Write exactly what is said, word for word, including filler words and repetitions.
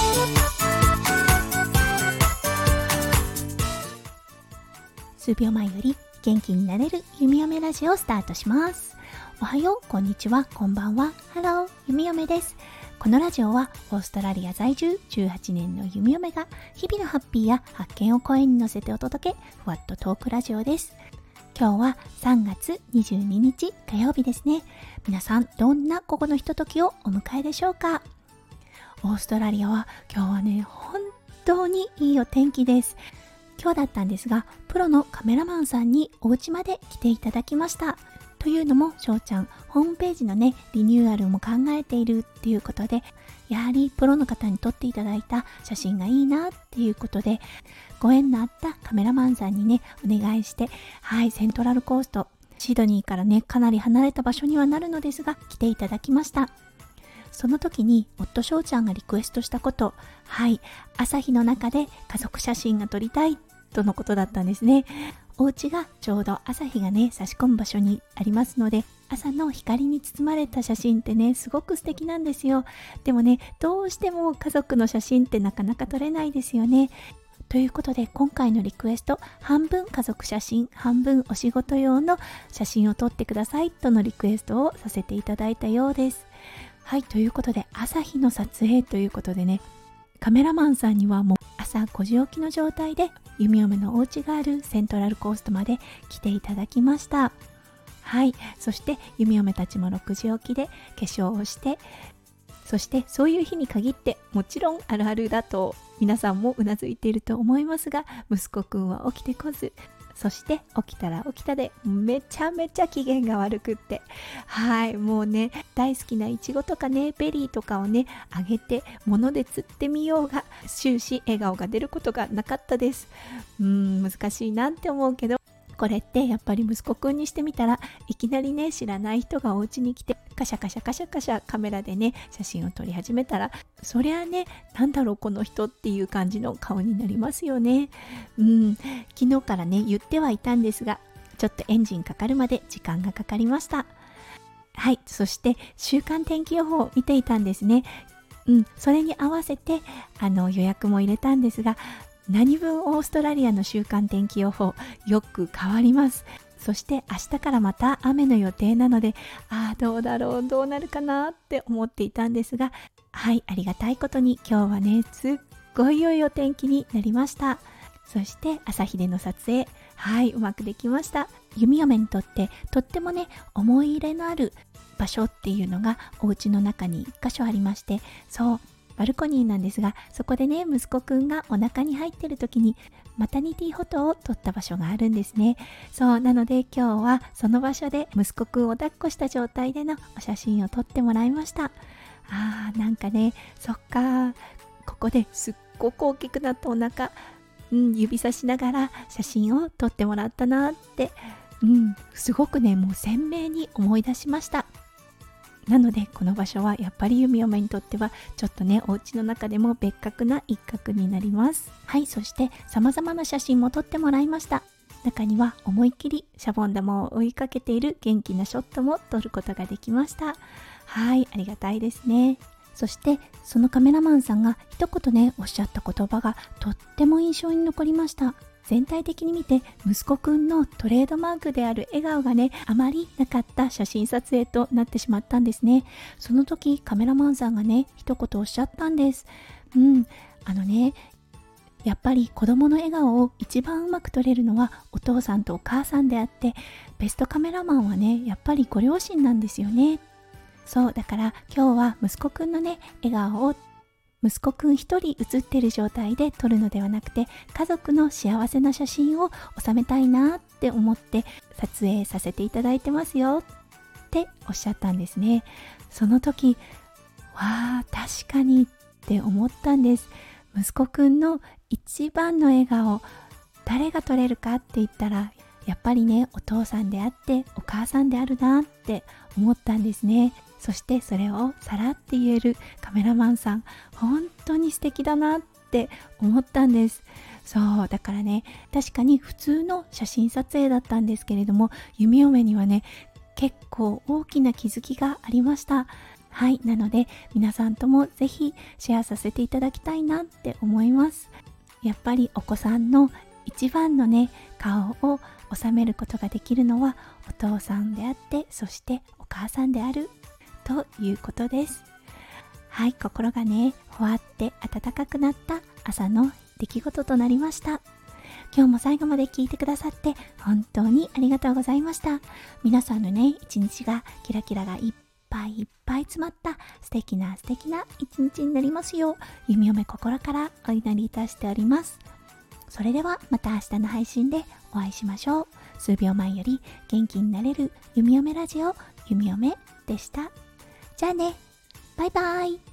数秒前より元気になれる弓嫁ラジオをスタートします。おはよう、こんにちは、こんばんは。ハロー、弓嫁です。このラジオはオーストラリア在住じゅうはちねんの弓嫁が日々のハッピーや発見を声に乗せてお届け、ふわっとトークラジオです。今日はさんがつにじゅうににち火曜日ですね。皆さんどんな午後のひとときをお迎えでしょうか。オーストラリアは今日はね、本当にいいお天気です。今日だったんですが、プロのカメラマンさんにお家まで来ていただきました。というのも、しょうちゃんホームページのねリニューアルも考えているっていうことで、やはりプロの方に撮っていただいた写真がいいなっていうことで、ご縁のあったカメラマンさんにねお願いして、はい、セントラルコーストシドニーからねかなり離れた場所にはなるのですが来ていただきました。その時に夫しょうちゃんがリクエストしたこと、はい、朝日の中で家族写真が撮りたいとのことだったんですね。お家がちょうど朝日がね差し込む場所にありますので、朝の光に包まれた写真ってねすごく素敵なんですよ。でもね、どうしても家族の写真ってなかなか撮れないですよね。ということで今回のリクエスト、半分家族写真、半分お仕事用の写真を撮ってくださいとのリクエストをさせていただいたようです。はい、ということで朝日の撮影ということでね、カメラマンさんにはもう朝ごじ起きの状態で弓嫁のお家があるセントラルコーストまで来ていただきました。はい、そして弓嫁たちもろくじ起きで化粧をして、そしてそういう日に限ってもちろんあるあるだと皆さんもうなずいていると思いますが、息子くんは起きてこず、そして起きたら起きたでめちゃめちゃ機嫌が悪くって、はい、もうね大好きなイチゴとかねベリーとかをねあげて物で釣ってみようが終始笑顔が出ることがなかったです。うーん難しいなって思うけど、これってやっぱり息子くんにしてみたら、いきなりね知らない人がお家に来てカシャカシャカシャカシャカメラでね写真を撮り始めたら、そりゃねなんだろうこの人っていう感じの顔になりますよね。うん昨日からね言ってはいたんですが、ちょっとエンジンかかるまで時間がかかりました。はい、そして週間天気予報を見ていたんですね。うん、それに合わせてあの予約も入れたんですが、何分オーストラリアの週間天気予報よく変わります。そして明日からまた雨の予定なので、ああどうだろうどうなるかなって思っていたんですが、はい、ありがたいことに今日はねすっごい良いお天気になりました。そして朝日での撮影、はい、うまくできました。弓嫁にとってとってもね思い入れのある場所っていうのがお家の中に一箇所ありまして、そうバルコニーなんですが、そこでね息子くんがお腹に入ってる時にマタニティフォトを撮った場所があるんですね。そうなので今日はその場所で息子くんを抱っこした状態でのお写真を撮ってもらいました。あーなんかね、そっかここですっごく大きくなったお腹、うん、指さしながら写真を撮ってもらったなって、うん、すごくねもう鮮明に思い出しました。なのでこの場所はやっぱり弓嫁にとってはちょっとねお家の中でも別格な一角になります。はい、そして様々な写真も撮ってもらいました。中には思いっきりシャボン玉を追いかけている元気なショットも撮ることができました。はい、ありがたいですね。そしてそのカメラマンさんが一言ねおっしゃった言葉がとっても印象に残りました。全体的に見て息子くんのトレードマークである笑顔がねあまりなかった写真撮影となってしまったんですね。その時カメラマンさんがね一言おっしゃったんです。うんあのねやっぱり子供の笑顔を一番うまく撮れるのはお父さんとお母さんであって、ベストカメラマンはねやっぱりご両親なんですよね。そうだから今日は息子くんのね笑顔を息子くん一人写っている状態で撮るのではなくて、家族の幸せな写真を収めたいなって思って撮影させていただいてますよっておっしゃったんですね。その時わあ確かにって思ったんです。息子くんの一番の笑顔、誰が撮れるかって言ったらやっぱりねお父さんであってお母さんであるなって思ったんですね。そしてそれをさらって言えるカメラマンさん、本当に素敵だなって思ったんです。そうだからね、確かに普通の写真撮影だったんですけれども、弓嫁にはね結構大きな気づきがありました。 はい、なので皆さんともぜひシェアさせていただきたいなって思います。やっぱりお子さんの一番のね顔を収めることができるのはお父さんであって、そしてお母さんであるということです。はい、心がねほわって温かくなった朝の出来事となりました。今日も最後まで聞いてくださって本当にありがとうございました。皆さんのね一日がキラキラがいっぱいいっぱい詰まった素敵な素敵な一日になりますよう、弓嫁心からお祈りいたしております。それではまた明日の配信でお会いしましょう。数秒前より元気になれる弓嫁ラジオ、弓嫁でした。じゃあね、バイバイ。